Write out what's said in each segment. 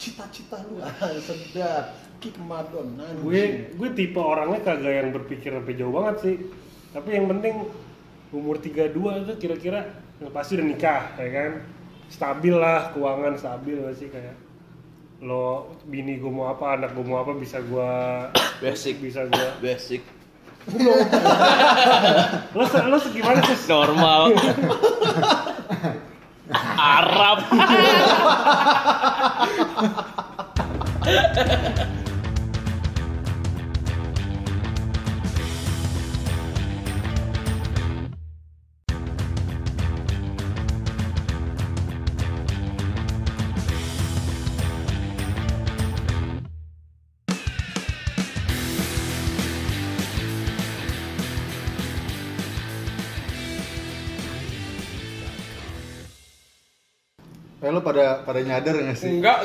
cita-cita lu sedap kick madon. Gue tipe orangnya kagak yang berpikir sampai jauh banget sih. Tapi yang penting umur 32 itu kira-kira yang pasti udah nikah ya kan. Stabil lah, keuangan stabil gak sih kayak lo bini gue mau apa, anak gue mau apa bisa gue basic. Lo gimana sih? Normal. Arab. Lo pada nyadar nggak sih? Enggak.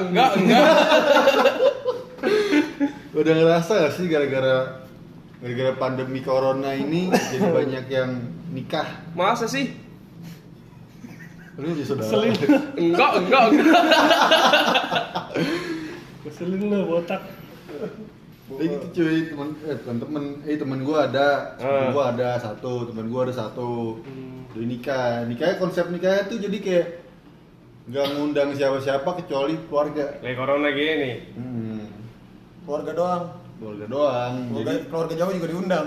Udah ngerasa nggak sih gara-gara pandemi corona ini jadi banyak yang nikah? Masa sih? Lu jadi saudara? Keselin. Enggak. Keselin lo botak. Gitu cuy, temen gue ada, temen gue ada satu, udah nikahnya konsep nikahnya tuh jadi kayak nggak ngundang siapa-siapa kecuali keluarga. Kayak corona gini. Keluarga doang. Keluarga jauh juga diundang.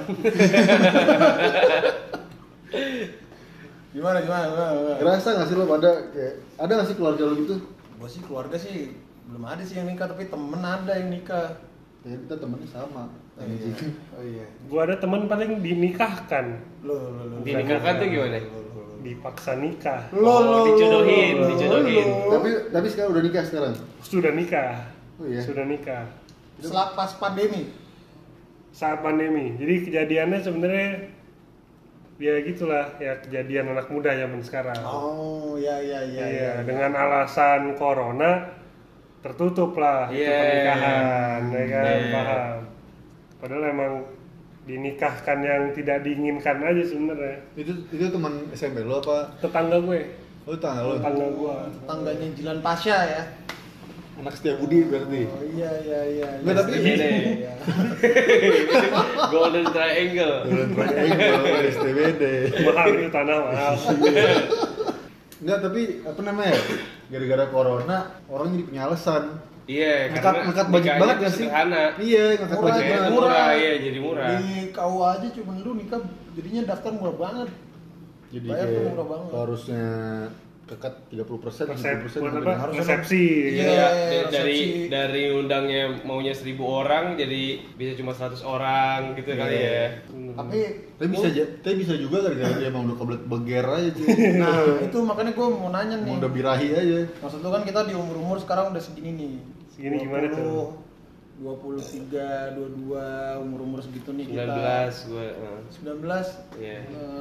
Gimana? Ngerasa nggak sih lo ada nggak sih keluarga lo gitu? Gua sih keluarga sih belum ada sih yang nikah, tapi temen ada yang nikah. Ya kita temennya sama. Oh iya. Gue ada teman paling dinikahkan. Lo. Dinikahkan tuh gimana? Dipaksa nikah. Dijodohin. Tapi sekarang udah nikah sekarang. Sudah nikah. Oh iya. Sudah nikah. Setelah pas pandemi. Saat pandemi. Jadi kejadiannya sebenarnya ya gitulah ya, kejadian anak muda zaman sekarang. Oh iya. Dengan alasan corona tertutup lah itu pernikahan, ya kan, paham. Padahal emang dinikahkan yang tidak diinginkan aja sebenarnya. Itu teman SMP lo apa? Tetangga gue. Oh tetangga lo. Tetangga gue. Tetangganya Jilan Pasha ya. Anak Setiabudi berarti. Oh iya. Nggak, tapi iya. Golden Triangle. STBD. Mahal itu tanah mahal. Enggak, tapi apa namanya? Gara-gara corona orang jadi punya alasan. Iya, Ngangkat budget banget nggak sih? Sederhana. Iya, ngangkat Murah, budget banget. Murah, iya jadi murah. Di KUA aja cuma lu nikah jadinya daftar murah banget. Jadi Bayar tuh kayak murah banget. harusnya kekat 30%, 70% Buat mungkin. apa? Harus Resepsi. Iya. Dari undangnya maunya 1.000 orang jadi bisa cuma 100 orang gitu kali ya. Tapi bisa juga gara-gara dia emang udah kebelet beger aja cuy. nah itu makanya gue mau nanya nih. Emang udah birahi aja. Maksud lu kan kita di umur sekarang udah segini nih. Segini gimana tuh? 23, 22, umur segitu nih kita. 19 gue. 19? Iya.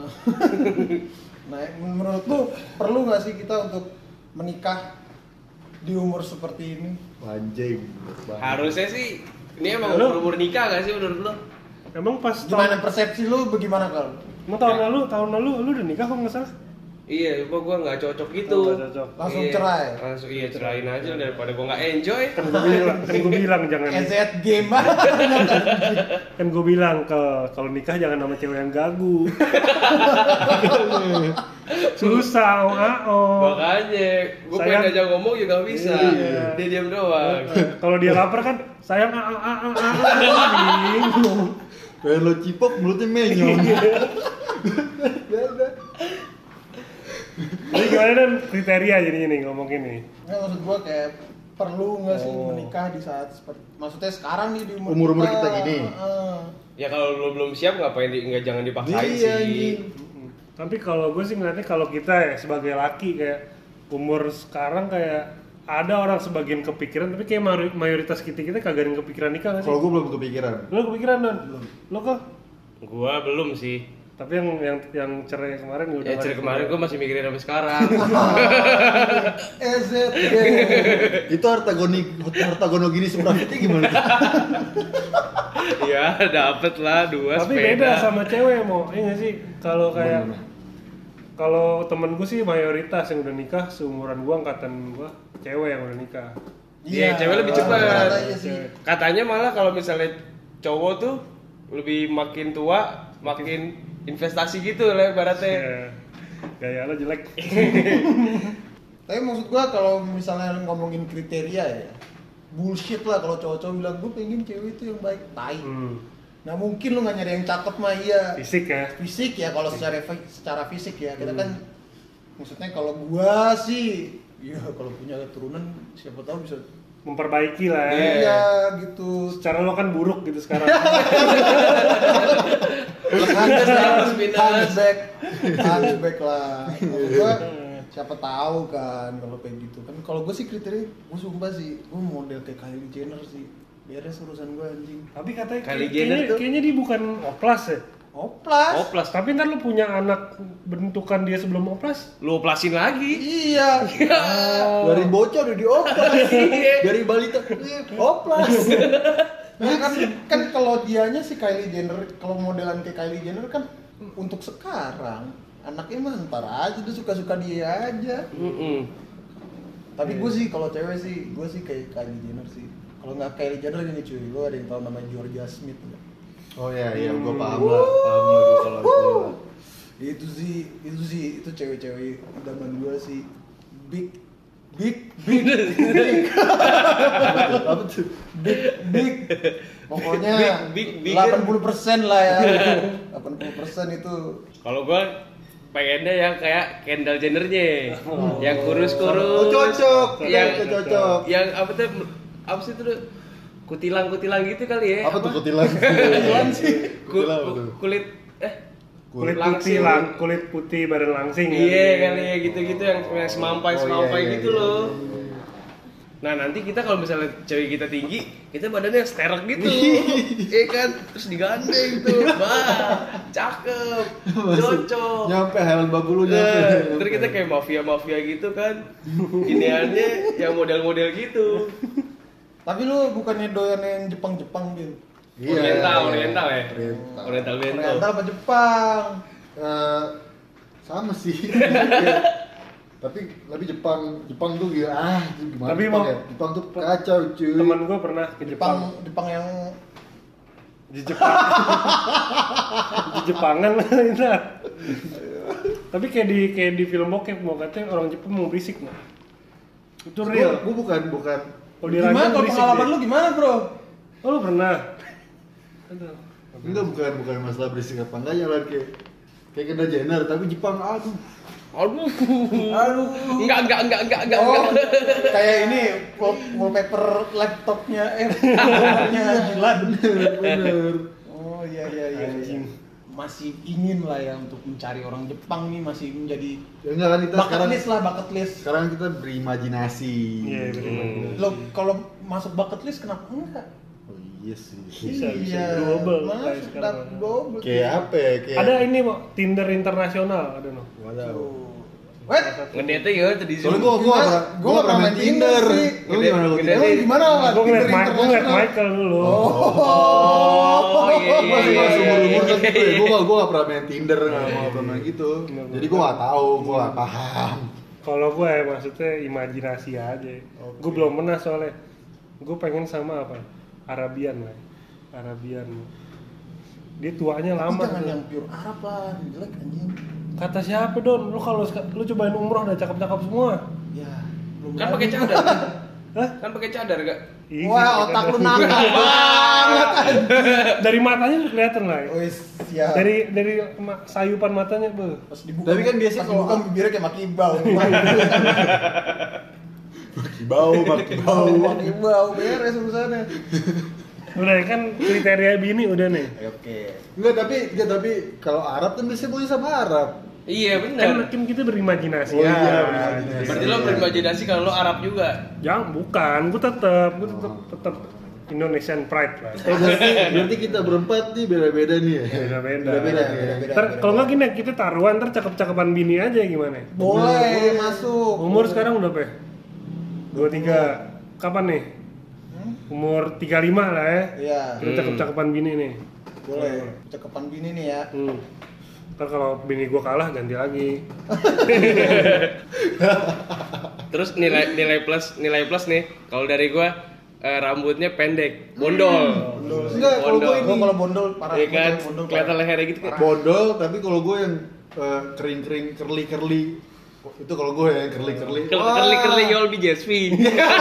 Nah, menurut lu perlu nggak sih kita untuk menikah di umur seperti ini? Anjing. Harusnya sih ini emang umur nikah gak sih menurut lo? Emang pas Gimana persepsi lu bagaimana kalau? Emang tahun lalu lu udah nikah kok nggak salah? Iya, gua nggak cocok gitu. Nggak cocok. Langsung Iya, cerai? Langsung cerain aja daripada gua nggak enjoy. Kan gue bilang jangan. EZ game Kan gue bilang kalau nikah jangan sama cewek yang gagu. Susah, Makanya, gua pengen Sayang. aja ngomong juga nggak bisa. Iya. Dia diam doang. Kalau dia lapar kan sayang bingung. Kayak lo cipok mulutnya menyong. Jadi gimana dan kriteria jadinya nih ngomongin nih? Nggak, maksud gua kayak perlu nggak sih menikah di saat seperti maksudnya sekarang nih di Umur kita gini. Ya kalau lo belum siap ngapain jangan dipaksain Iya, sih. anjing. Tapi kalau gue sih ngeliatnya kalau kita ya sebagai laki kayak umur sekarang kayak ada orang sebagian kepikiran tapi kayak mayoritas kita kagak ada yang kepikiran nikah nggak sih? Kalau gue belum kepikiran. Lo kepikiran Don? Lo kok? Gua belum sih. Tapi yang cerai kemarin udah. Ya cerai kemarin gua masih mikirin sampai sekarang. EZ Itu harta gono gini seprofitnya gimana? Ya dapet lah 2 Tapi sepeda. beda sama cewek mau, iya nggak sih? Kalau kayak kalau temen gue sih mayoritas yang udah nikah seumuran gue, angkatan gue, cewek yang udah nikah. Iya, cewek lebih cepat. rata-rata iya sih. Katanya malah kalau misalnya cowok tuh lebih makin tua, makin investasi gitu lah ibaratnya. Ya, gaya lo jelek. Tapi maksud gua kalau misalnya ngomongin kriteria ya, bullshit lah kalau cowok-cowok bilang gua pengen cewek itu yang baik, tai. Nah mungkin lu nggak nyari yang cakep mah iya. Fisik ya. Fisik ya kalau secara fisik ya kita kan, maksudnya kalau gua sih, ya kalau punya keturunan siapa tahu bisa. Memperbaiki lah ya. Iya gitu. Secara lo kan buruk gitu sekarang. Hunchback lah. Maksud gua siapa tahu kan kalau kayak gitu kan. Kalau gua sih kriteria, gua sumpah sih, gua model kayak Kylie Jenner sih. Beres urusan gua anjing. Tapi katanya Kylie Jenner tuh. kayaknya dia bukan oplas ya. Oplas. Tapi ntar lo punya anak bentukan dia sebelum oplas. Lu oplasin lagi. Iya. Dari bocor udah dioplas. Dari balita oplas. Nah, kan kalau dianya si Kylie Jenner, kalau modelan kayak Kylie Jenner kan untuk sekarang anaknya mah ntar aja, dia suka-suka dia aja. Tapi gue sih kalau cewek sih, gue sih kayak Kylie Jenner sih. Kalau nggak Kylie Jenner ini cuy, lo ada yang tahu namanya Georgia Smith nggak? Oh iya, gue paham lah gue kalau itu. Itu cewek-cewek zaman gue sih big. Apa tuh? Big. Pokoknya Big. 80% lah ya. 80% itu. Kalau gua pengennya yang kayak Kendall Jenner-nya. Yang kurus-kurus. Oh cocok. Yang cocok. Yang apa sih itu? Kutilang-kutilang gitu kali ya. Apa tuh kutilang? Kutilang sih. Kutilang apa tuh? Kulit Kulit langsing. putih, kulit putih badan langsing. Iya kali ya gitu-gitu yang semampai iya, gitu iya, loh. Nah nanti kita kalau misalnya cewek kita tinggi, kita badannya sterek gitu, iya kan, terus digandeng tuh, wah, cakep, cocok. Nyampe Helen Babulu nyampe. Terus kita kayak mafia gitu kan, iniannya yang model-model gitu. Tapi lu bukannya doyan yang Jepang gitu? Oriental ya. Oriental. Oriental bento. Oriental apa Jepang? Sama sih. Tapi Jepang tuh gila. Gimana Tapi Jepang ya? Jepang tuh kacau cuy. Temen gue pernah ke Jepang. Jepang yang Di Jepang. Di Jepangan lah itu. Tapi kayak di film bokep mau katanya orang Jepang mau berisik mah. Itu real. Gue bukan. Kalau di gimana? ranjang Kalau berisik pengalaman dia. lu gimana bro? Oh lu pernah? Aduh. Enggak bukan masalah berisik apa enggaknya lah kayak Kendall Jenner tapi Jepang aduh. Enggak. Oh, kayak ini wallpaper laptopnya Dilan. Bener. Oh iya. Masih ingin lah ya untuk mencari orang Jepang nih, masih menjadi Ya enggak kan kita bucket list. Sekarang kita berimajinasi. Iya benar. Lo kalau masuk bucket list kenapa enggak? Oh iya sih. Bisa. Iya, Double kayak masuk sekarang. double. Kayak apa ya? Kayak Ada ini kok Tinder internasional ada no. Waduh. Wait, Ngedate ya tadi Soalnya Zoom. gua nggak pernah main Tinder. sih. Lu gimana lu Gede- Tinder? Emang gimana lah? Gue ngeliat Tinder gue ngeliat internasional? Michael dulu. Oh iya. Gua sih masih umur kan gitu ya. Gua nggak pernah main Tinder, nggak pernah gitu. Jadi gua nggak tahu, gua nggak paham. Kalau gue ya maksudnya imajinasi aja. Gue belum pernah soalnya. Gue pengen sama apa? Arabian lah. Arabian. Dia tuanya Tapi lama. jangan tuh. yang pure Arab lah, jelek anjing. Kata siapa Don? Lu kalau lu cobain umroh udah cakep-cakep semua. Ya, belum Kan lagi. pakai cadar. Hah? Kan pakai cadar gak? Ih, Wah, otak lu nakal banget. Dari matanya tuh kelihatan lah. Wis, siap. Dari sayupan matanya, Bu. Pas dibuka. Tapi kan biasanya pas kalau- dibuka bibirnya kayak makibau. Bau. Makibau beres urusannya. Udah kan kriteria bini udah nih. Oke. Enggak, tapi kalau Arab kan biasanya maunya sama Arab. Iya benar. Kan kita berimajinasi. Oh iya, ya. berimajinasi. Berarti lo berimajinasi kalau lo Arab juga. Bukan, gue tetap Indonesian pride lah. Oh, berarti kita berempat nih beda-beda nih ya. Beda-beda. Beda-beda nih ya. Beda-beda. Kalau nggak gini kita taruhan ntar cakep-cakepan bini aja gimana? Boleh masuk. Umur sekarang udah apa? 23. Kapan nih? Umur 35 lah ya. Iya, Kita cakep-cakepan bini nih. boleh. Cakepan bini nih ya. Ntar kalau bini gua kalah ganti lagi. Terus nilai plus nih. Kalau dari gua rambutnya pendek, bondol. Enggak, kalau gue Bondol. ini kalau bondol parah. Iya kan? Bondol Kelihatan lehernya gitu kan. Bondol, tapi kalau gue yang kering-kering, curly-curly. Itu kalau gue yang curly-curly. Curly you'll be Jasmine.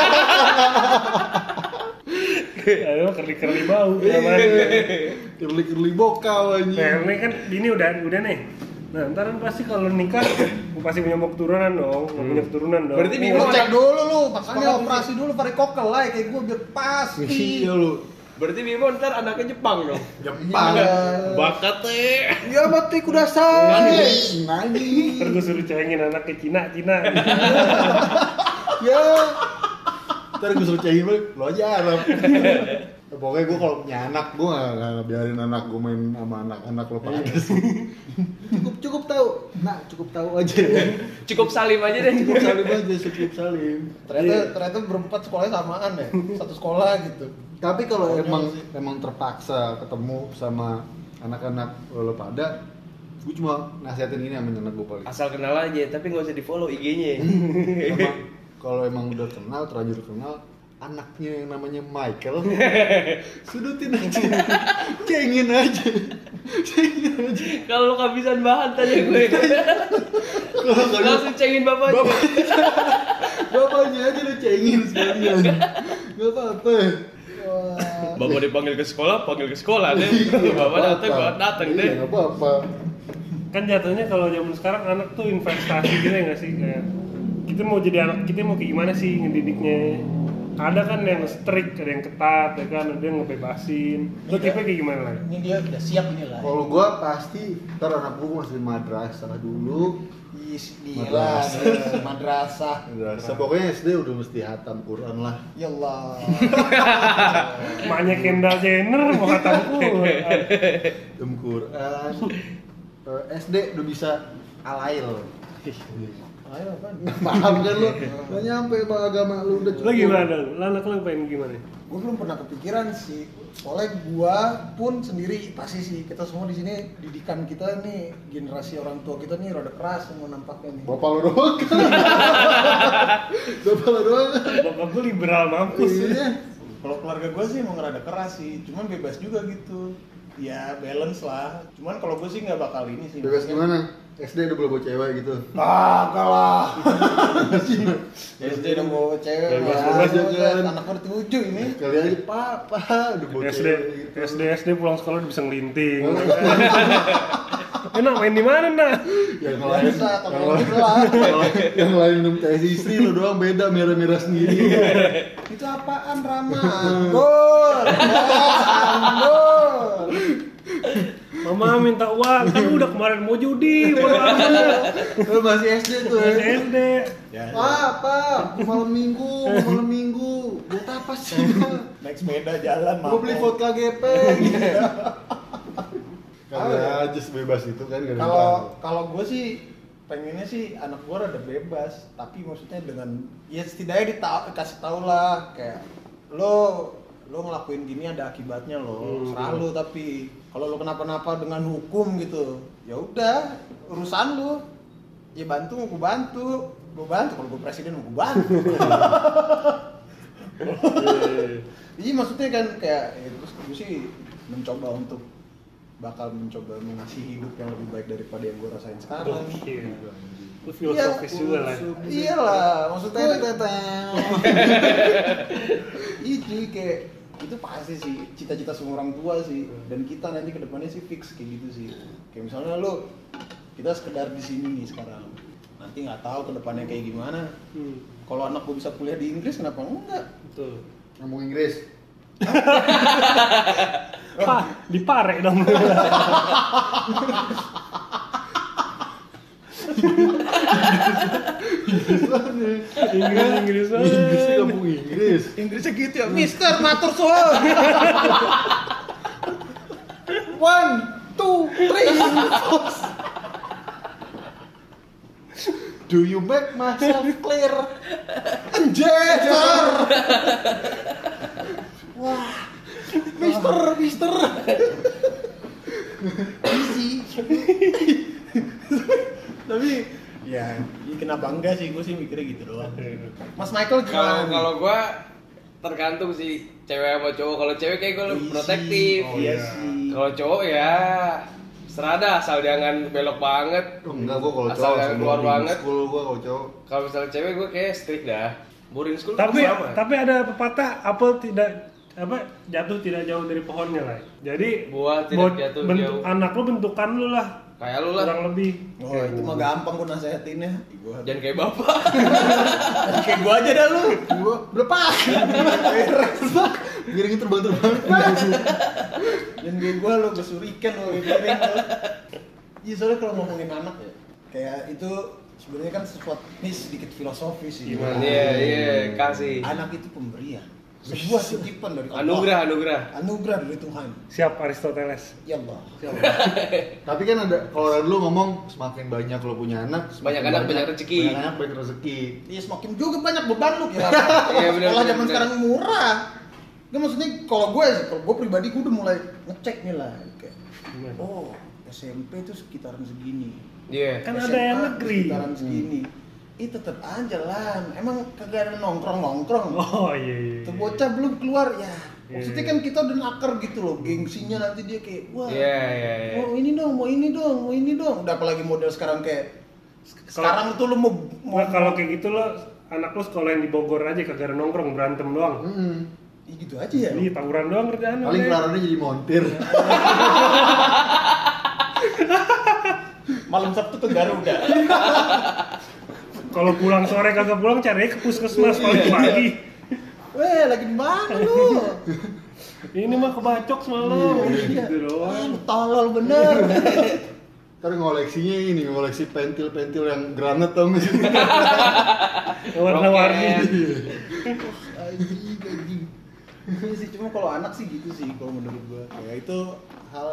Ayo kerli bau namanya. Curly-curly bokau Nah, aja. ini kan ini udah nih. Nah, ntar kan pasti kalau nikah pasti punya mau keturunan dong, punya keturunan dong. Berarti Lu Bimo cek anak, dulu lu, makanya operasi dulu varikokel lah kayak gue biar pasti. Iya lu. berarti Bimo ntar anaknya Jepang dong. Jepang. Bakatnya. Ya mati kudasai. Nani. Ntar gue suruh cengin anak ke Cina. Ya. Ntar gue suruh cengin lo aja Arab. Pokoknya gue kalau punya anak, gue gak biarin anak gue main sama anak-anak lo pada sih. Cukup tahu. Nah, cukup tahu aja. Cukup salim aja deh. Cukup salim aja, cukup salim. Ternyata berempat sekolahnya samaan ya, satu sekolah gitu. Tapi kalau Konyol sih. emang terpaksa ketemu sama anak-anak lo pada, gue cuma nasihatin ini sama anak gue paling. Asal kenal aja, tapi nggak usah di follow IG-nya. Sama kalau emang udah kenal, terlanjur kenal, anaknya yang namanya Michael, sudutin aja, cengin aja. Kalau lo kehabisan bahan tanya gue. Langsung cengin bapaknya. Bapaknya aja lu cengin sekalian, nggak apa-apa. Bapak dipanggil ke sekolah, panggil ke sekolah deh. Bapak datang deh. Iya, nggak apa-apa. Kan jatuhnya kalau zaman sekarang anak tuh investasi gitu ya nggak sih? Kayak kita mau jadi anak, kita mau kayak gimana sih ngedidiknya? Ada kan yang strict, ada yang ketat, ya kan? Ada yang ngebebasin. Lo tipe kayak gimana lah? Ini dia udah siap ini lah. Kalau gua pasti ntar anak gua masih madrasah dulu. Gila, madrasah. Madrasah. Pokoknya SD udah mesti hatam Quran lah. Ya Allah. Emaknya Kendall Jenner mau kataku. Hatam Quran. SD udah bisa alail. Ayo apaan? Paham kan lu? Gak nyampe sama agama lu udah Lo gimana? Lo anak lo pengen gimana? Gue belum pernah kepikiran sih. Soalnya gua pun sendiri pasti sih kita semua di sini didikan kita nih generasi orang tua kita nih rada keras semua nampaknya nih. Bapak lu doang kan? Bapak lu doang kan? Bokap gue liberal mampus. Iya. Kalau keluarga gua sih emang rada keras sih, cuman bebas juga gitu. Ya balance lah. Cuman kalau gue sih nggak bakal ini sih. Bebas gimana? SD udah boleh bawa cewek gitu. Ah, kalah. SD udah bawa cewek. Bebas ya, kan? anak gue 7 ini. Kali aja papa udah bawa SD, cewek gitu. SD pulang sekolah udah bisa ngelinting. Enak main di mana nak? Yang lain, Biasa, yang kalau lain, gitu lah. yang lain minum teh istri lu doang beda merah-merah sendiri. Itu apaan Rama? Gol. Gol. Mama minta uang, kan udah kemarin mau judi, bodo amat. Lu masih SD tuh ya. Masih SD. Apa? Malam minggu. Buat apa sih? Naik sepeda jalan Gua beli mabok. vodka gepeng. Kali aja sebebas itu kan gak ada yang tahu. Kalau gue sih pengennya sih anak gue rada bebas, tapi maksudnya dengan ya setidaknya dikasih tau lah kayak lo ngelakuin gini ada akibatnya lo, serah lo, tapi kalau lo kenapa-napa dengan hukum gitu, ya udah urusan lo, ya bantu mau gue bantu, kalau gue presiden mau gue bantu. Iya maksudnya kan kayak ya, terus gue sih bakal mencoba mengasih hidup yang lebih baik daripada yang gue rasain sekarang. Lu filosofis juga lah. Iyalah, maksudnya itu kayak itu pasti sih cita-cita semua orang tua sih, dan kita nanti kedepannya sih fix kayak gitu sih. Kayak misalnya kita sekedar di sini nih sekarang, nanti nggak tahu kedepannya kayak gimana. Kalau anak gue bisa kuliah di Inggris kenapa enggak? Betul. Ngomong Inggris. Diparek dong. Inggris Inggrisnya ngomong Inggris. Inggrisnya gitu ya, Mister Matur suwun. 1, 2, 3. Do you make myself clear? Anjir. Wah. Mister. Easy. Tapi ya, ini kenapa apa enggak sih, gue sih mikirnya gitu doang. Mas Michael Kalau gimana? kalau gua tergantung sih cewek sama cowok. Kalau cewek kayak gua lebih protektif. Oh iya sih. Kalau cowok ya serada asal jangan belok banget. Enggak, gua kalau Asal cowok jangan keluar boarding banget. school gua kalau cowok. Kalau misalnya cewek gua kayak strict dah. Boarding school Tapi ada pepatah apel tidak jatuh tidak jauh dari pohonnya lah. Jadi Buah tidak jatuh jauh. anak lu bentukan lu lah. Kayak lu lah. Kurang lebih. Oh itu mah gampang gue nasehatinnya. Jangan kayak bapak. Kayak gue aja dah lu. Gua berapa? Giringnya terbang-terbang. Dan kayak gue lu kesurikan lu piring lu. Iya soalnya kalau ngomongin anak ya, kayak itu sebenarnya kan sesuatu ini sedikit filosofis sih. Gimana? Iya, kasih. Anak itu pemberian. Sebuah titipan dari Allah. Anugerah dari Tuhan. Siap Aristoteles. Ya Allah. Tapi kan ada kalau orang dulu ngomong semakin banyak lo punya anak, Banyak anak, banyak rezeki. Banyak anak banyak rezeki. Iya semakin juga banyak beban lu kira. Iya, benar, Sekolah benar, zaman benar. sekarang murah. Nggak maksudnya kalau gue pribadi gue udah mulai ngecek nih lah kayak Gimana? oh SMP itu sekitaran segini. Iya. Kan ada yang negeri. Sekitaran segini. Itu tetep aja lah. Emang kagak ada nongkrong. Oh iya. Tuh bocah belum keluar ya. Iya, Maksudnya iya. kan kita udah naker gitu loh, gengsinya nanti dia kayak wah. Iya. Mau ini dong. Udah apalagi model sekarang kayak sekarang tuh lu mau Nah, kalau kayak gitu lo anak lo sekolah yang di Bogor aja kagak ada nongkrong, berantem doang. ya gitu aja ya. Iya, tawuran doang kerjaan. Paling udah. kelarannya jadi montir. Malam Sabtu tuh Garuda. Kalau pulang sore kagak pulang carinya ke puskesmas pagi-pagi. Weh, lagi di mana lu? Ini mah kebacok semalam. Iya. Gitu doang. Lu tolol bener. Ntar ngoleksinya ini, ngoleksi pentil-pentil yang granat tau gak sih? Warna-warni. Anjing. Iya sih, cuma kalau anak sih gitu sih kalau menurut gua. Kayak itu hal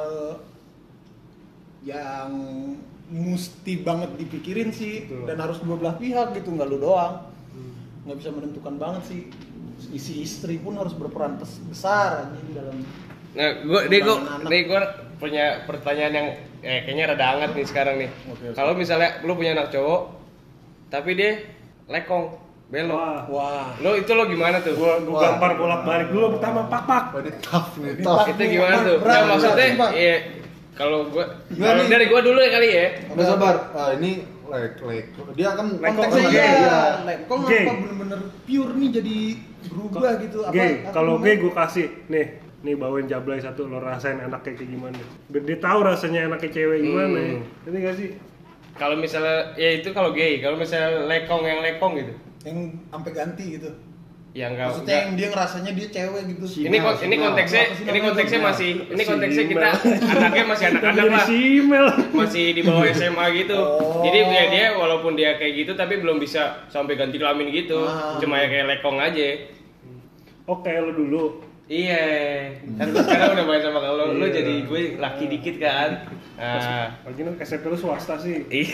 yang mesti banget dipikirin sih. Betul. Dan harus dua belah pihak gitu, nggak lu doang. Nggak bisa menentukan banget sih. Isi istri pun harus berperan besar anjing dalam. Nah, gue punya pertanyaan yang kayaknya rada hangat nih sekarang nih. Oke. Kalau misalnya lu punya anak cowok, tapi dia lekong, belok. Wah. Lo gimana tuh? Gua gampar bolak-balik dulu pertama pak. Wah, ini tough nih, Ini tough. tough. Itu gimana tuh? Berat, Nah, maksudnya berat, iya kalau Gimana nih? dari gua dulu ya kali ya. Udah sabar. Ini lek. Dia kan Konteksnya Lekong ya, gay. lekong Gay. apa bener-bener pure nih jadi berubah gitu apa? Gay, apa kalau namanya? gay gue kasih nih bawain jablay satu, lo rasain enaknya kayak gimana. Biar dia tahu rasanya enaknya cewek gimana ya. Ngerti gak sih? Kalau misalnya ya itu kalau gay, kalau misalnya lekong gitu. Yang sampai ganti gitu. Ya enggak. Maksudnya yang dia ngerasanya dia cewek gitu. Ini konteksnya kita anaknya masih anak-anak Jadi lah. simel. Masih di bawah SMA gitu. Oh. Jadi ya dia walaupun dia kayak gitu tapi belum bisa sampai ganti kelamin gitu. Cuma ya kayak lekong aja. Oke, lo dulu. Iya. Kan sekarang udah main sama kalau lu Iya. jadi gue laki dikit kan. Nah, Lagi nih SMP lu swasta sih. iya.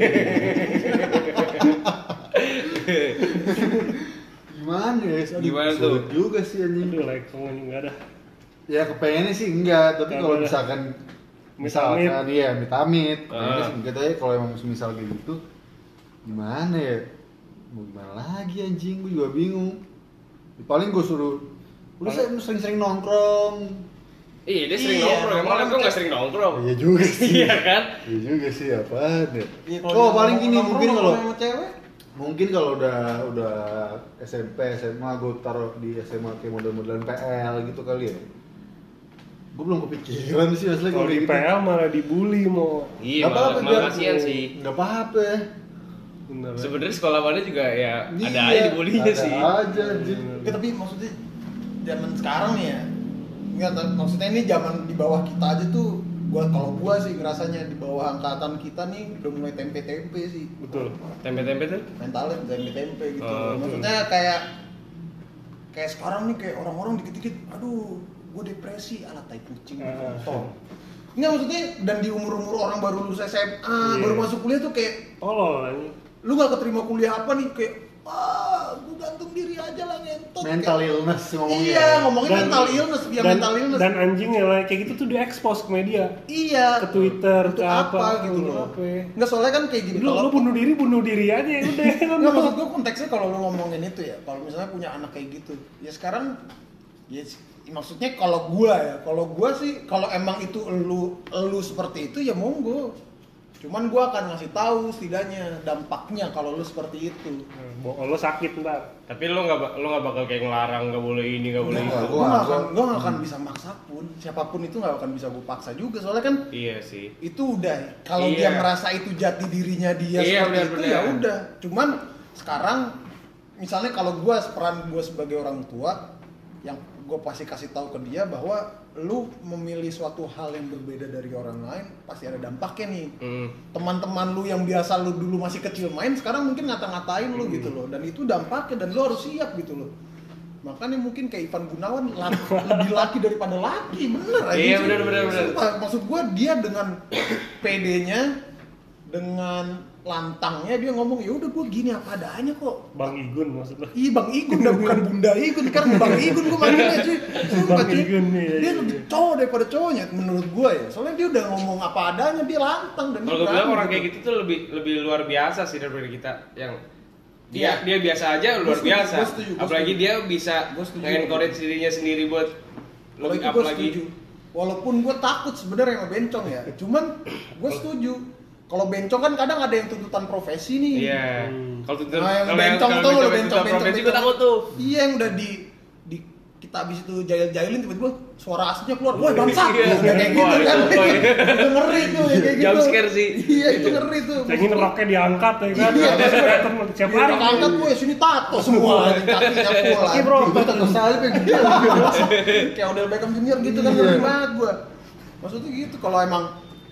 gimana ya? Aduh, Gimana sulit tuh? juga sih anjing. Aduh, lekong ini enggak ada. Ya kepengennya sih enggak, tapi Enggak kalau ada. misalkan Amit-amit. iya amit-amit, Ah. kita ya kalau emang misal kayak gitu gimana ya? Mau gimana lagi anjing, gue juga bingung. Paling gue suruh udah saya sering-sering nongkrong. Iya, dia sering Iya, nongkrong. Emang kan gue nggak sering nongkrong. Iya juga sih. Iya kan? Iya juga sih, apaan ya? Iya, Oh paling gini mungkin kalau sama cewek mungkin kalau udah SMP SMA gue taruh di SMA kayak model-modelan PL gitu kali ya. Gue belum kepikiran sih asli Kalau di kayak gitu. PL malah dibully mau. Iya, Nggak apa-apa, malah biar- kasihan sih. Nggak apa-apa. Bener. Sebenarnya sekolah mana juga ya ada Iya, aja dibulinya ada sih. aja anjing. ya, tapi maksudnya zaman sekarang nih ya enggak, maksudnya ini zaman di bawah kita aja tuh kalau gua sih ngerasanya di bawah angkatan kita nih udah mulai tempe-tempe sih Betul. Tempe-tempe tuh? mentalnya tempe-tempe gitu Oh, maksudnya kayak sekarang nih kayak orang-orang dikit-dikit aduh gua depresi ala tai kucing kontol. Nggak maksudnya dan di umur-umur orang baru lulus SMA Iya. baru masuk kuliah tuh kayak Tolol ini. lu gak keterima kuliah apa nih kayak gua gantung diri aja lah ngentot mental illness ngomongnya. Iya, ngomongin mental illness, dia mental illness. Dan anjingnya lah kayak gitu tuh di expose ke media. Iya. Ke Twitter, untuk ke apa gitu loh. Apa. Enggak, soalnya kan kayak gini. Lu bunuh diri aja ya udah. Nggak, maksud gue konteksnya kalau lu ngomongin itu ya, kalau misalnya punya anak kayak gitu, ya sekarang, ya maksudnya kalau gua sih, kalau emang itu lu seperti itu ya monggo. Cuman gua akan ngasih tahu setidaknya dampaknya kalau lu seperti itu. Lo sakit ntar. Tapi lu nggak bakal kayak ngelarang nggak boleh ini nggak boleh itu. Gua nggak akan bisa maksa pun, siapapun itu nggak akan bisa gua paksa juga, soalnya kan Iya sih. itu udah kalau Iya. dia merasa itu jati dirinya dia Iya, seperti itu benar-benar. ya udah. Cuman sekarang misalnya kalau peran gue sebagai orang tua, yang gue pasti kasih tahu ke dia bahwa lu memilih suatu hal yang berbeda dari orang lain pasti ada dampaknya nih. Teman-teman lu yang biasa lu dulu masih kecil main sekarang mungkin ngata-ngatain lu gitu loh, dan itu dampaknya dan lu harus siap gitu loh. Makanya mungkin kayak Ivan Gunawan lebih laki daripada laki, bener aja. Iya, sih. bener. Sumpah, maksud gue dia dengan PD-nya, dengan lantangnya dia ngomong ya udah gue gini apa adanya kok. Bang Igun maksud lo. Iya Bang Igun, udah bukan Bunda Igun, karena Bang Igun gue manggilnya cuy. Sumpah Bang cuy, Igun nih, dia iya. lebih cowok daripada cowoknya menurut gue ya. Soalnya dia udah ngomong apa adanya, dia lantang dan Kalau gue bilang orang kayak gitu tuh lebih luar biasa sih daripada kita yang dia biasa aja luar biasa. Gua setuju. Apalagi dia bisa Gua setuju. nge-encourage dirinya sendiri buat Kalau lebih itu apa gue lagi. setuju. Walaupun gue takut sebenarnya sama bencong ya. Cuman gue setuju. Kalau bencong kan kadang ada yang tuntutan profesi nih. Iya. Kalau tuh Nah, yang bencong tuh lo bencong profesi gue takut tuh. Iya, yang udah di kita abis itu jail-jailin tiba-tiba suara aslinya keluar, woi bangsat, Iya. udah kayak gitu Wah, kan, itu, itu ngeri tuh ya kayak gitu. Jump scare sih. Iya itu ngeri tuh. Saya ingin roknya diangkat ya kan. Iya. Siap Iya, hari. angkat gue sini tato semua, kakinya full. Oke, bro. Itu tato salib yang gede, kayak Odell Beckham Junior gitu kan, ngeri banget gue. Maksudnya gitu, kalau emang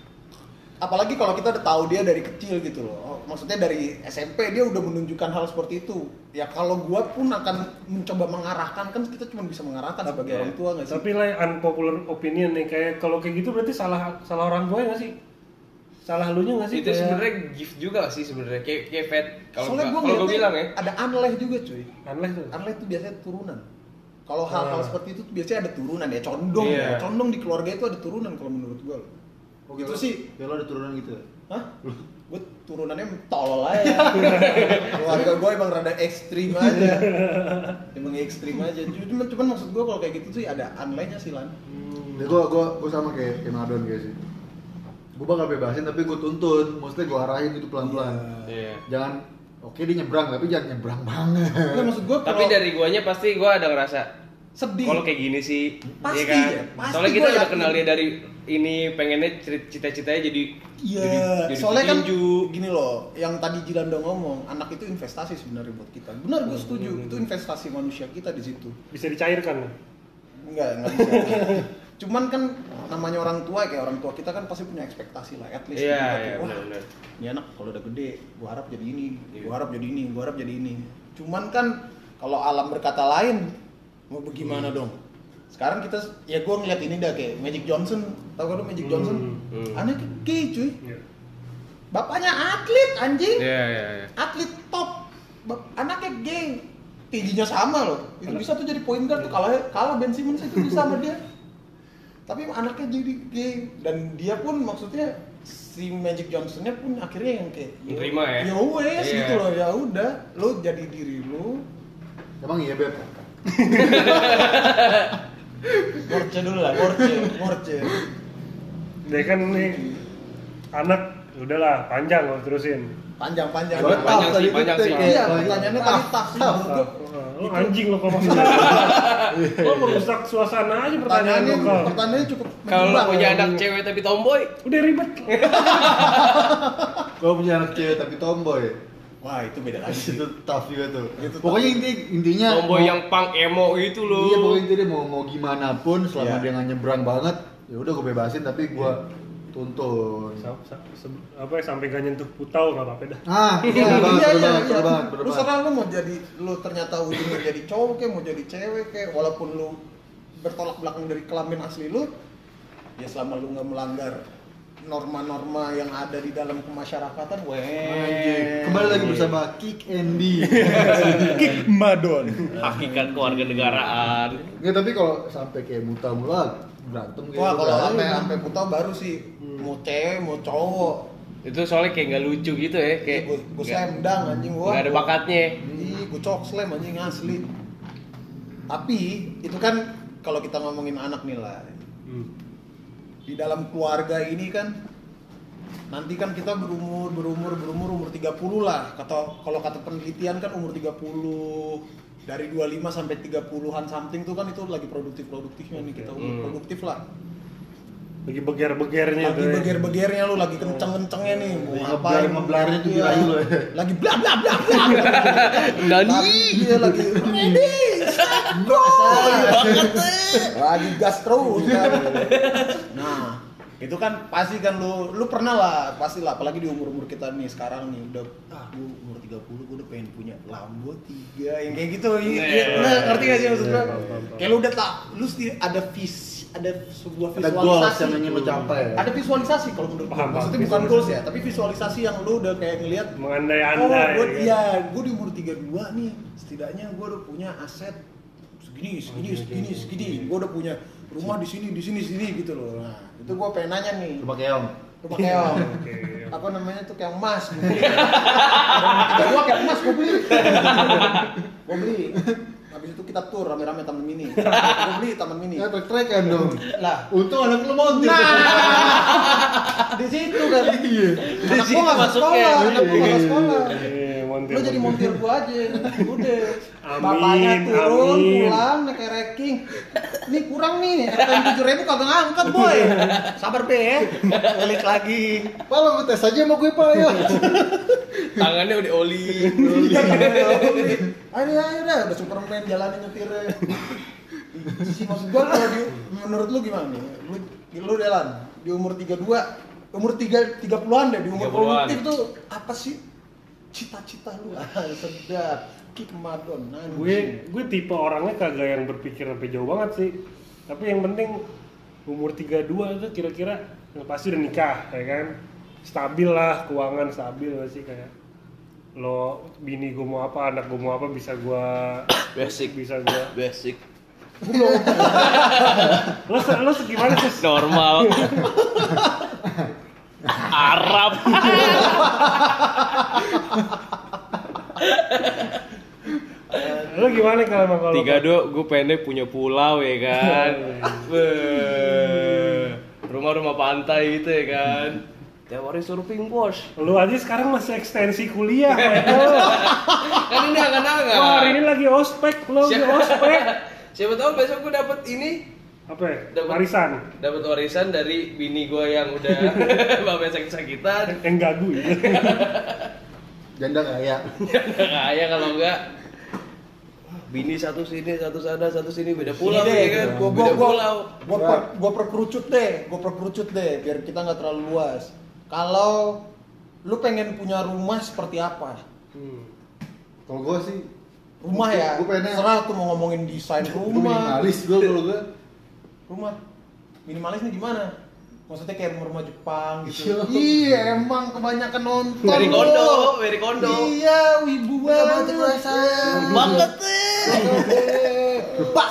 apalagi kalau kita udah tahu dia dari kecil gitu loh, maksudnya dari SMP dia udah menunjukkan hal seperti itu, ya kalau gua pun akan mencoba mengarahkan, kan kita cuma bisa mengarahkan sebagai orang tua nggak sih? Tapi lah unpopular opinion nih, kayak kalau kayak gitu berarti salah orang tua nggak sih? Salah lu nya nggak sih? Itu sebenarnya gift juga sih sebenarnya kayak vet Soalnya kalau gue bilang ya. ada unleh juga cuy. Aneh tuh. Unleh itu biasanya turunan. Kalau hal-hal seperti itu tuh biasanya ada turunan ya, condong Iya. ya, condong di keluarga itu ada turunan kalau menurut gua. Oh, Itu sih. Ya lo ada turunan gitu ya? Hah? Gue turunannya tolol aja. Keluarga gue emang rada ekstrim aja. Emang ekstrim aja. Cuman maksud gue kalau kayak gitu sih ada unleh-nya sih Lan. Ya gue sama kayak Madon kayak sih. Gue bakal bebasin tapi gue tuntun, maksudnya gue arahin gitu pelan-pelan. Iya. Jangan oke dia nyebrang tapi jangan nyebrang banget. Nggak, maksud gue Tapi dari guanya pasti gua ada ngerasa sedih. kalau kayak gini sih, Pasti, iya kan? ya, pasti Soalnya kita gua udah yakin. kenal dia dari ini, pengennya cita-citanya jadi Iya, soalnya kan petinju. gini loh, yang tadi Jilanda ngomong, anak itu investasi sebenarnya buat kita. Benar, gue setuju. Itu investasi manusia kita di situ. Bisa dicairkan. Enggak bisa. Cuman kan namanya orang tua, kayak orang tua kita kan pasti punya ekspektasi lah, at least. Iya, gitu. iya, Wah, benar-benar. ini anak kalau udah gede, gua harap jadi ini, Iya. gua harap jadi ini, gua harap jadi ini. Cuman kan kalau alam berkata lain, mau bagaimana dong? Sekarang kita, ya gua ngeliat ini dah kayak Magic Johnson, tau kan lu Magic Johnson? Anaknya gay cuy, Iya. bapaknya atlet anjing, Iya. atlet top, anaknya gay, tingginya sama loh, itu bisa tuh jadi point guard tuh, kalah Ben Simmons itu bisa sama dia. Tapi anaknya jadi gay, dan dia pun maksudnya si Magic Johnsonnya pun akhirnya yang kayak Menerima ya? ya wes Iya. gitu loh, ya udah lu jadi diri lu. Emang iya Beb? Ngorce dulu lah, ngorce. Dia kan nih anak udahlah panjang lo terusin. Panjang. Panjang sih, panjang sih. Iya, pertanyaannya tadi tas sih menurut gua. Lo anjing lo kalau masalah. Lo merusak suasana aja pertanyaan lo kal. Pertanyaannya cukup Kalau menjebak. punya anak cewek tapi tomboy, Udah ribet. Kalau punya anak cewek tapi tomboy, Wah, itu beda lagi. itu tough juga tuh. Itu tough. Pokoknya intinya tomboy mau- yang punk emo itu loh. Iya pokoknya intinya mau gimana pun selama Iya. dia nggak nyebrang banget, ya udah gue bebasin tapi gue tuntun. Apa ya, sampai gak nyentuh putau nggak apa-apa dah. Iya bener banget. Lu serah lu mau jadi, lu ternyata ujungnya jadi cowok kayak mau jadi cewek kayak, walaupun lu bertolak belakang dari kelamin asli lu, ya selama lu nggak melanggar norma-norma yang ada di dalam kemasyarakatan. Anjing. Kembali lagi bersama Kick Andy. Kick Madon. Hakikat kewarganegaraan. Nggak, tapi kalau sampai kayak muta-mula berantem kayak Wah, gitu, kalau kan. sampai buta baru sih mau cewek mau cowok. Itu soalnya kayak nggak lucu gitu ya, kayak Gue slam dunk anjing gua. nggak ada bakatnya. Ih, gue cok slam anjing asli. Tapi itu kan kalau kita ngomongin anak nih lah. Di dalam keluarga ini kan nanti kan kita berumur umur 30 lah. Kalau kata penelitian kan umur 30 dari 25 sampai 30-an something tuh kan itu lagi produktifnya nih, kita umur produktif lah. Lagi beger-begernya Lagi tuh ya. beger-begernya lu, lagi kenceng-kencengnya nih. Mau ngapain? Ngeblarnya tuh Iya. birahi lu ya. Lagi bla bla bla bla. Nani? Iya lagi ready. Go. Lagi gas terus kan. Nah, itu kan pasti kan lu pernah lah, pastilah apalagi di umur-umur kita nih sekarang nih udah gua umur 30 gua udah pengen punya Lambo 3 yang kayak gitu. Nah, ngerti gak sih maksud gua? Kayak lu udah lu ada sebuah Ada visualisasi. goals yang ingin lu capai. Ada visualisasi kalau menurut gua. Paham, Maksudnya paham. bukan goals ya, tapi visualisasi yang lu udah kayak ngelihat Mengandai-andai. gue kan? iya, gue di umur 32 nih, setidaknya gue udah punya aset segini, gue udah punya rumah di sini gitu loh. Nah, itu gue pengen nanya nih, Rumah keong. rumah keong, Oke. apa namanya tuh keong emas, gue beli. Ada rumah keong emas, gue beli. Habis itu kita tur rame-rame Taman Mini, gue beli Taman Mini. Ya trek-trekan dong. Lah, Untung anak lu montir. di situ kan, Iya. anak gue nggak masuknya. sekolah, anak gue nggak sekolah. Montir. Lu jadi montir gua aja, udah. Amin, Bapaknya turun, amin. pulang, naik ranking. Nih kurang nih, RPM 7.000 kagak ngangkat boy. Sabar be ya, balik lagi. Pak, lu tes aja sama gue, Pak, ya. Tangannya udah oli. Ayo dah, udah Superman jalanin nyetirnya. Si maksud gua kalau menurut lu gimana nih? Lu jalan di umur 32, umur 30-an deh, di umur 30-an. produktif tuh apa sih? Cita-cita lu sedap, Kick Madon. Gue tipe orangnya kagak yang berpikir sampai jauh banget sih. Tapi yang penting umur 32 itu kira-kira pasti udah nikah, ya kan? Stabil lah, keuangan stabil gak sih, kayak lo bini gue mau apa, anak gue mau apa bisa gue Basic. basic. Lo gimana sih? Normal. Arab. Lo gimana kalau 32 gue pengen punya pulau ya kan. Rumah-rumah pantai gitu ya kan. Tiap hari surfing bos. Lu aja sekarang masih ekstensi kuliah, Kan ini angan-angan. Wah, hari ini lagi ospek, lo lagi ospek. Siapa tahu besok gue dapet ini, Apa ya? Dapat- Warisan. dapat warisan dari bini gue yang udah bapak sakit-sakitan. Yang gagu ya. Janda kaya. Kaya kalau enggak bini satu sini, satu sana, satu sini beda pulau Ini ya deh, kan. gua Beda pulau. perkerucut deh, biar kita nggak terlalu luas. Kalau lu pengen punya rumah seperti apa? Kalau gue sih Rumah ya, Gue pengennya serah tuh mau ngomongin desain gue rumah. minimalis gue kalau gue. Rumah minimalis nih gimana? Maksudnya kayak rumah Jepang gitu. Iya. Iya, emang kebanyakan nonton. Dari lu. kondo, dari kondo. Iya, wibu banget. Banget Bebak.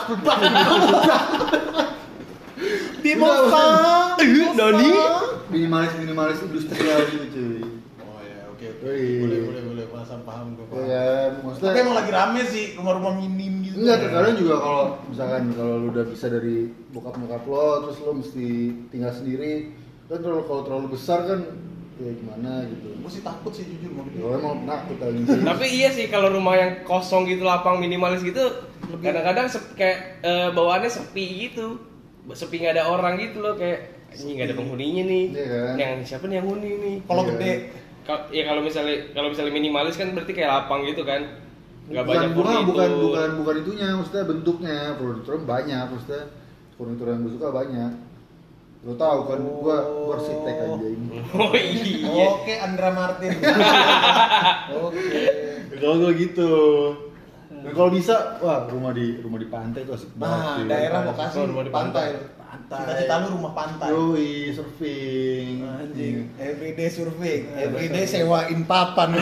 Di Udah, Mosang. Nani? Minimalis industrial gitu cuy. Oh ya, oke. Wih. Boleh. Paham gue. Ya, maksudnya Tapi emang lagi rame sih rumah-rumah minim gitu. enggak, terkadang juga kalau misalkan kalau lu udah bisa dari bokap nyokap lo, terus lo mesti tinggal sendiri, kan kalau terlalu besar kan ya gimana gitu. Gue sih takut sih jujur mau Ya emang takut aja. Tapi iya sih kalau rumah yang kosong gitu, lapang minimalis gitu, kadang-kadang kayak bawaannya sepi gitu. Sepi nggak ada orang gitu loh, kayak ini nggak ada penghuninya nih. Iya kan? Yang siapa nih yang huni nih? Kalau Iya. gede, Ya kalau misalnya minimalis kan berarti kayak lapang gitu kan. Nggak banyak bukan itunya, maksudnya bentuknya, furniture banyak, maksudnya furniture yang gue suka banyak. Lo tahu kan, gua arsitek anjing. Oh iya. Oke, Andra Martin. Oke. Kalau gue gitu. Dan kalau bisa, wah rumah di pantai tuh asik banget. Nah, cuy. daerah lokasi Oh, rumah di pantai. Pantai. Cita-cita lu rumah pantai. Yoi, surfing. Anjing, everyday surfing, everyday sewain papan.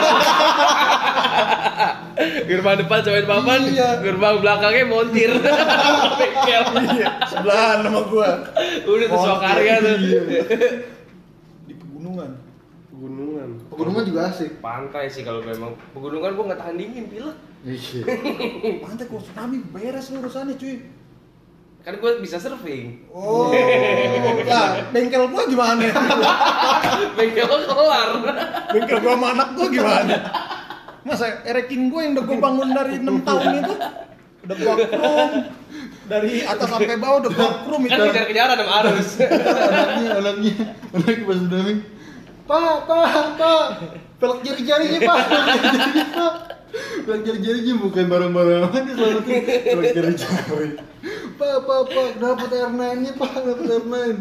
Gerbang depan cobain papan, Iya. gerbang belakangnya montir. Bengkel. Iya, sebelahan sama gua. Udah tuh swakarya tuh. Di pegunungan. Pegunungan. Pegunungan juga asik. Pantai sih kalau memang pegunungan gua nggak tahan dingin pilek. Iya. Pantai kalau tsunami beres lu urusannya cuy. Kan gua bisa surfing. Oh, lah bengkel gua gimana? Bengkel lo kelar. Bengkel gua sama anak gua gimana? Masa ereking gua yang udah gua bangun dari 6 tahun itu udah gua krom dari atas sampai bawah udah gua krom itu. Kan kejar-kejaran sama arus. anaknya pas tsunami. Pak, pelak jari-jarinya pak, pelak jari-jarinya bukan barang-barangan selamatin, pelak jari-jari. Pak, dapat airline-nya pak, dapat airline.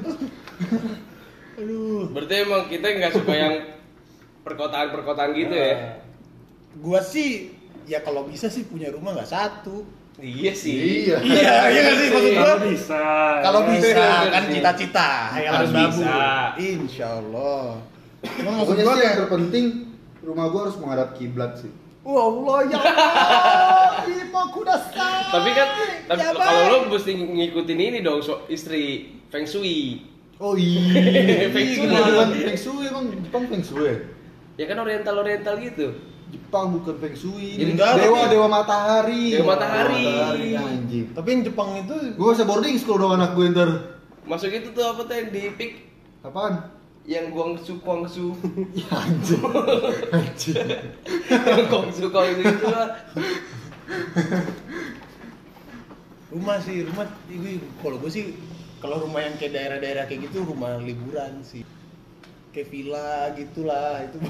Aduh. Berarti emang kita nggak suka yang perkotaan-perkotaan gitu ya? Gua sih ya kalau bisa sih punya rumah nggak satu. Iya sih. Iya. Iya nggak sih maksud gua? Kalau bisa. Kalau ya. bisa Bener kan sih. cita-cita, hayalan Harus babu. bisa. Insya Allah. Cuma maksud Pokoknya gua sih yang kayak, terpenting rumah gua harus menghadap kiblat sih. Allah ya Allah, ima kudasai. Tapi kan Ya, kalau lo baik. mesti ngikutin ini dong, istri Feng Shui. Oh iya. Feng Shui. Bukan Feng Shui emang Jepang Feng Shui. Ya kan oriental gitu. Jepang bukan Feng Shui. Jadi enggak, Dewa matahari. Dewa matahari. Anjing. Tapi yang Jepang itu Gua usah boarding school dong anak gue ntar. Masuk itu tuh apa tuh yang di pick Apaan? yang Guangzhou. Ya anjing. Anjing. Yang Guangzhou gitu lah. rumah kalau gue sih kalau rumah yang kayak daerah-daerah kayak gitu rumah liburan sih. Kayak villa gitulah itu.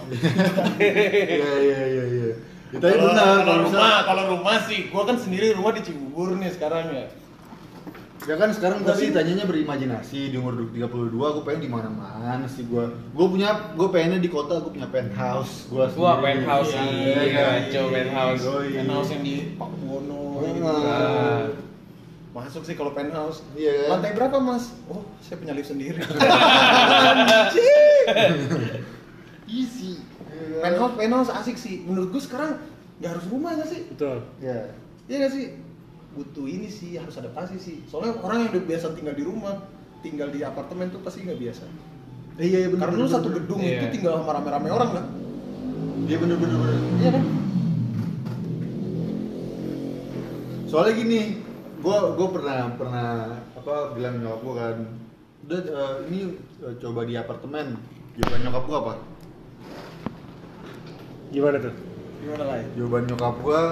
Iya. Tapi benar Kalau rumah sih, gua kan sendiri rumah di Cibubur nih sekarang ya. Ya kan sekarang Enggak tadi sih. tanyanya berimajinasi di umur 32 gue pengen di mana-mana sih gue pengennya di kota, gue punya penthouse Wah, penthouse Iya, sih. iya, Ngaco penthouse. Penthouse yang di Pakuwono gitu. Nah. Masuk sih kalau penthouse. Iya kan? Lantai berapa, Mas? Oh, saya punya lift sendiri. Easy. Penthouse asik sih. Menurut gua sekarang nggak harus rumah nggak sih? Betul. Ya. Iya nggak sih? Butuh ini sih, harus adaptasi sih. Soalnya orang yang udah biasa tinggal di rumah, tinggal di apartemen tuh pasti nggak biasa. Iya benar. Karena lu satu gedung Iya. itu tinggal sama rame-rame orang kan? Iya benar. Iya kan? Soalnya gini, gue pernah bilang nyokap gue kan, udah coba di apartemen. Jawaban nyokap gue apa? Gimana tuh? Gimana lah? Jawaban nyokap gue,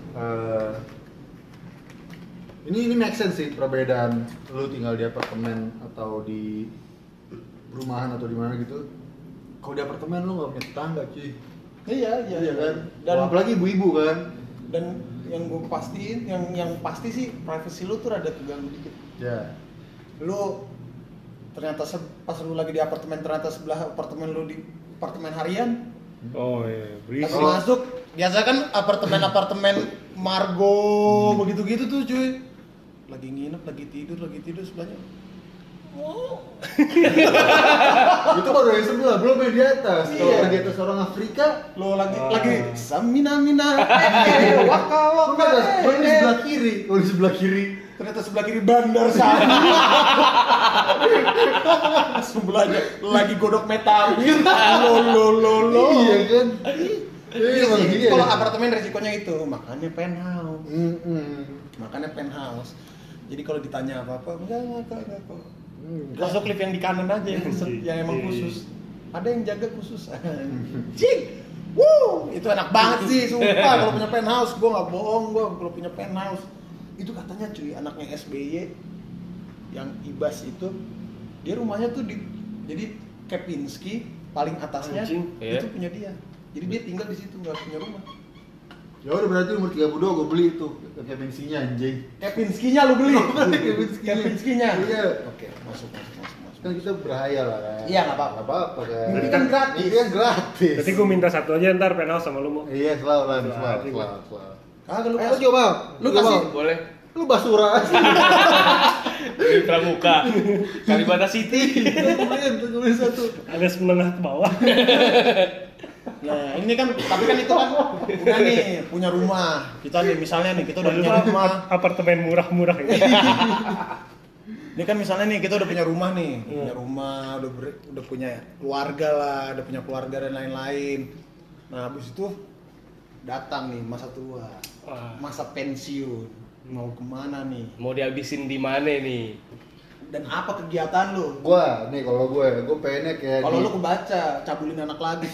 ini make sense sih perbedaan lu tinggal di apartemen atau di perumahan atau di mana gitu. Kalau di apartemen lu nggak punya tetangga cuy. Iya kan. Dan Apalagi ibu-ibu kan. dan yang gue pastiin, yang pasti sih privacy lu tuh rada keganggu dikit. Ya. Lu ternyata pas lu lagi di apartemen, ternyata sebelah apartemen lu di apartemen harian. Oh iya, Pas berisik. masuk, biasa kan apartemen Margo begitu-gitu tuh cuy. Lagi nginep, lagi tidur sebelahnya. Wow. Itu baru yang sebelah, belum yang di atas. Kalau Iya. yang di atas orang Afrika, Lo lagi Wah. samina waka lu waka. di sebelah kiri. Kalau di sebelah kiri, Ternyata sebelah kiri bandar sana. Sebelahnya lagi godok metawir. Lo. iya kan? Iya emang sih, iya. kalau apartemen resikonya itu, makanya penthouse. Mm-mm. Makanya penthouse. Jadi kalau ditanya apa-apa, enggak kok. Enggak. Masuk lift yang di kanan aja yang emang khusus. Ada yang jaga khusus. Cing. Wuh, itu enak banget sih, sumpah kalau punya penthouse. Gua nggak bohong, gua kalau punya penthouse. Itu katanya cuy, anaknya SBY yang Ibas itu, dia rumahnya tuh jadi Kepinski paling atasnya Anjing, iya. itu punya dia. Jadi dia tinggal di situ, nggak punya rumah. Ya udah berarti umur 32 gue beli itu Kepinskinya anjing. Kepinskinya lu beli. Kepinskinya. Kepinskinya. Iya. Oke, masuk. Kan kita berhayal lah kan. Iya, nggak apa-apa. Nggak apa-apa kan. Ini kan gratis. Ini kan gratis. Berarti gue minta satu aja ntar penthouse sama lu mau. Iya, selalu. Selalu. Kagak lu Ayo kasih. coba. Lu kasih. Boleh. Lu basura. Di Pramuka. Kalibata City. Gue beli satu. Ada menengah ke bawah. Nah, ini kan tapi kan itu kan udah nih punya rumah. Kita nih misalnya nih kita udah punya rumah. Apartemen murah-murah ya. Ini kan misalnya nih kita udah punya rumah nih, punya rumah, udah punya keluarga lah, udah punya keluarga dan lain-lain. Nah, habis itu datang nih masa tua, Wah. masa pensiun. Mau kemana nih? Mau dihabisin di mana nih? Dan apa kegiatan lu? Gua nih kalau gue pengennya kayak Kalau lu kebaca, cabulin anak lagi.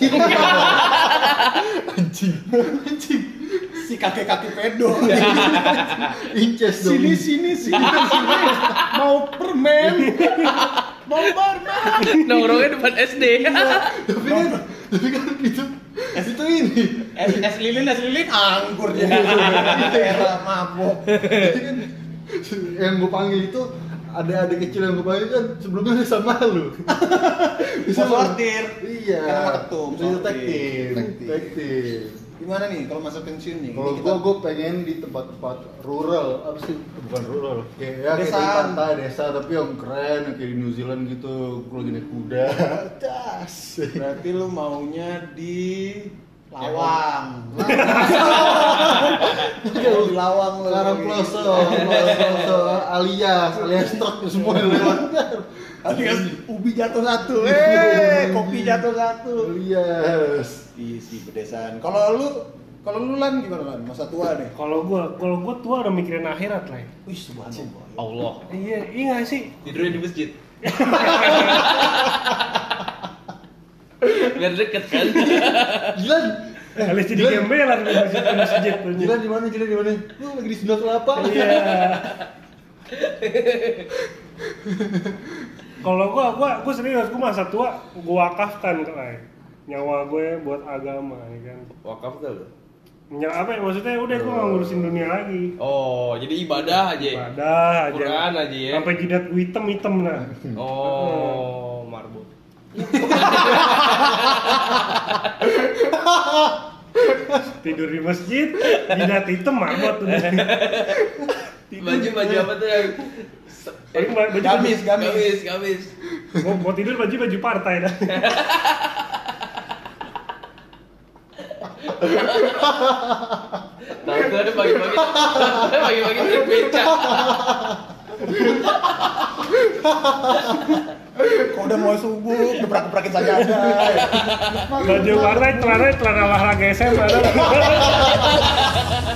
anjing. Si kakek-kakek pedo. Inces dong. Sini. Mau permen. Mau permen. Nongkrongnya depan SD. Tapi kan itu ini. Es lilin anggur jadi era mabok. Yang gue panggil itu ada kecil yang gue panggil kan sebelumnya udah sama lu. Bisa sortir. Iya. Kan sama ketum. Bisa detektif. Gimana nih kalau masa pensiun nih? Kalau Ini kita- gue pengen di tempat-tempat rural, apa sih? Bukan rural, kayak ya kayak di Desaan. pantai desa tapi yang keren, yang kayak di New Zealand gitu. Gue lagi naik kuda, das. Berarti lu maunya di Lawang. Kalau di Lawang lu. Sekarang Ploso, alias truk semua yang lewat. Alias ubi jatuh satu. Kopi jatuh satu. Alias. Isi pedesaan. Kalau lu Lan gimana Lan? Masa tua nih. Kalau gua tua udah mikirin akhirat lah. Wih, subhanallah. Allah. Iya nggak sih? Tidurnya di masjid. Biar deket kan. Jilan, Alias jadi gembelan di masjid. Jilan di mana? Lu lagi di Sunda Kelapa. Iya. Kalau gua serius, gua masa tua gua wakafkan kan. Nyawa gue buat agama ya kan. Wakaf tuh lo. Apa ya maksudnya udah gua nggak ngurusin dunia lagi. Oh, jadi ibadah aja. Ibadah aja. Quran aja ya. Sampai jidat hitam nah. Oh, marbot. Tidur di masjid, jidat hitam marbot tuh. Baju apa tuh yang Paling baju gamis. mau tidur baju partai dah. Tahu tuh ada pagi-pagi naik beca. Kok udah mau subuh, gebrak-gebrakin saja ada. Baju warna celana olahraga SMA dah.